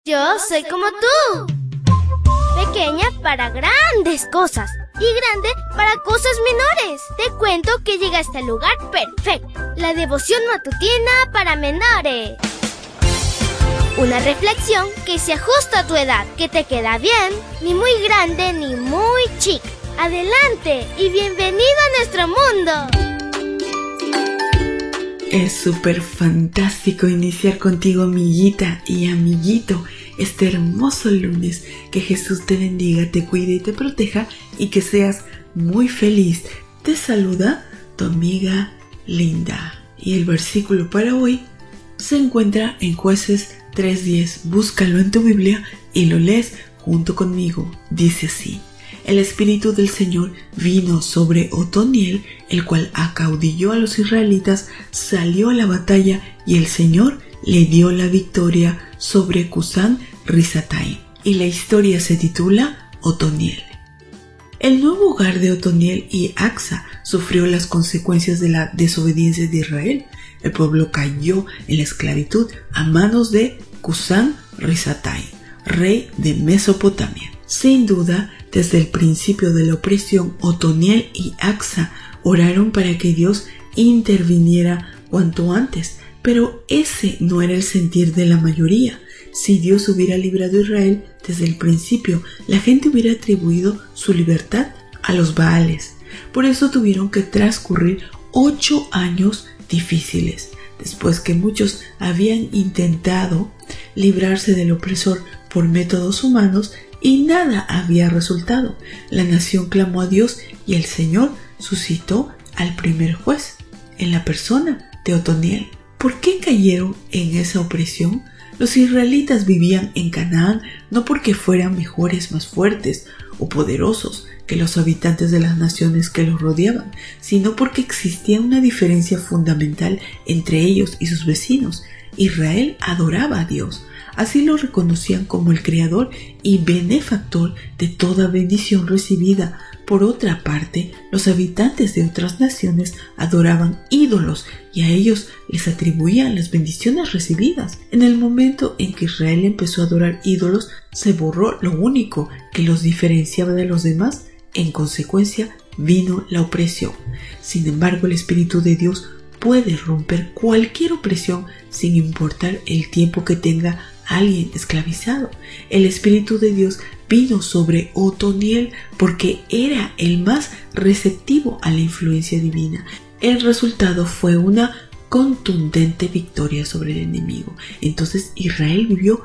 Yo soy como tú. Pequeña para grandes cosas y grande para cosas menores. Te cuento que llegaste al lugar perfecto. La devoción matutina para menores. Una reflexión que se ajusta a tu edad, que te queda bien, ni muy grande ni muy chica. Adelante y bienvenido a nuestro mundo. Es súper fantástico iniciar contigo, amiguita y amiguito, este hermoso lunes. Que Jesús te bendiga, te cuide y te proteja y que seas muy feliz. Te saluda tu amiga Linda. Y el versículo para hoy se encuentra en Jueces 3:10. Búscalo en tu Biblia y lo lees junto conmigo. Dice así: el Espíritu del Señor vino sobre Otoniel, el cual acaudilló a los israelitas, salió a la batalla y el Señor le dio la victoria sobre Cusán Risataim. Y la historia se titula Otoniel. El nuevo hogar de Otoniel y Acsa sufrió las consecuencias de la desobediencia de Israel. El pueblo cayó en la esclavitud a manos de Cusán Risataim, rey de Mesopotamia. Sin duda, desde el principio de la opresión, Otoniel y Acsa oraron para que Dios interviniera cuanto antes, pero ese no era el sentir de la mayoría. Si Dios hubiera librado a Israel desde el principio, la gente hubiera atribuido su libertad a los Baales. Por eso tuvieron que transcurrir 8 años difíciles, después que muchos habían intentado librarse del opresor por métodos humanos y nada había resultado. La nación clamó a Dios y el Señor suscitó al primer juez, en la persona de Otoniel. ¿Por qué cayeron en esa opresión? Los israelitas vivían en Canaán no porque fueran mejores, más fuertes o poderosos que los habitantes de las naciones que los rodeaban, sino porque existía una diferencia fundamental entre ellos y sus vecinos. Israel adoraba a Dios. Así lo reconocían como el creador y benefactor de toda bendición recibida. Por otra parte, los habitantes de otras naciones adoraban ídolos y a ellos les atribuían las bendiciones recibidas. En el momento en que Israel empezó a adorar ídolos, se borró lo único que los diferenciaba de los demás. En consecuencia, vino la opresión. Sin embargo, el Espíritu de Dios puede romper cualquier opresión sin importar el tiempo que tenga alguien esclavizado. El Espíritu de Dios vino sobre Otoniel porque era el más receptivo a la influencia divina. El resultado fue una contundente victoria sobre el enemigo. Entonces Israel vivió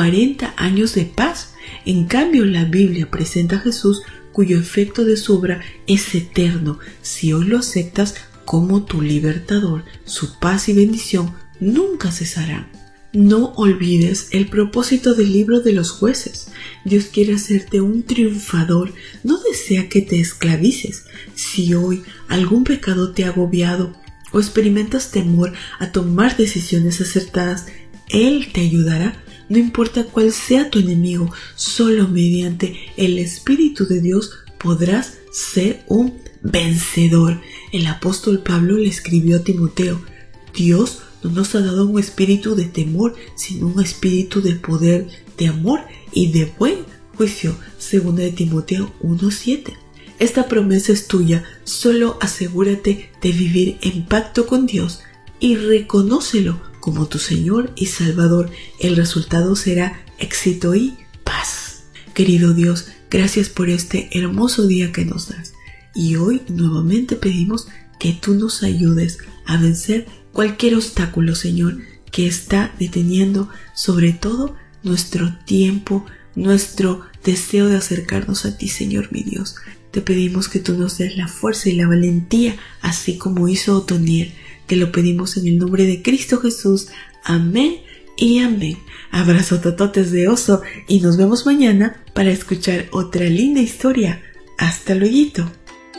40 años de paz. En cambio, la Biblia presenta a Jesús, cuyo efecto de su obra es eterno. Si hoy lo aceptas como tu libertador, su paz y bendición nunca cesarán. No olvides el propósito del libro de los jueces. Dios quiere hacerte un triunfador, no desea que te esclavices. Si hoy algún pecado te ha agobiado o experimentas temor a tomar decisiones acertadas, Él te ayudará. No importa cuál sea tu enemigo, solo mediante el Espíritu de Dios podrás ser un vencedor. El apóstol Pablo le escribió a Timoteo: Dios no nos ha dado un espíritu de temor, sino un espíritu de poder, de amor y de buen juicio. 2 de Timoteo 1:7. Esta promesa es tuya. Solo asegúrate de vivir en pacto con Dios y reconócelo como tu Señor y Salvador. El resultado será éxito y paz. Querido Dios, gracias por este hermoso día que nos das. Y hoy nuevamente pedimos que tú nos ayudes a vencer cualquier obstáculo, Señor, que está deteniendo sobre todo nuestro tiempo, nuestro deseo de acercarnos a ti, Señor mi Dios. Te pedimos que tú nos des la fuerza y la valentía, así como hizo Otoniel. Te lo pedimos en el nombre de Cristo Jesús. Amén y amén. Abrazo tototes de oso y nos vemos mañana para escuchar otra linda historia. Hasta luego.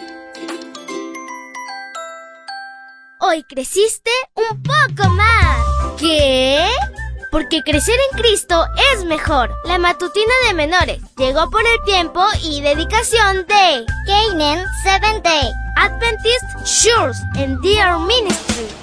Hoy creciste un poco más. ¿Qué? Porque crecer en Cristo es mejor. La matutina de menores llegó por el tiempo y dedicación de Canaan Seventh Day Adventist Church and Dear Ministry.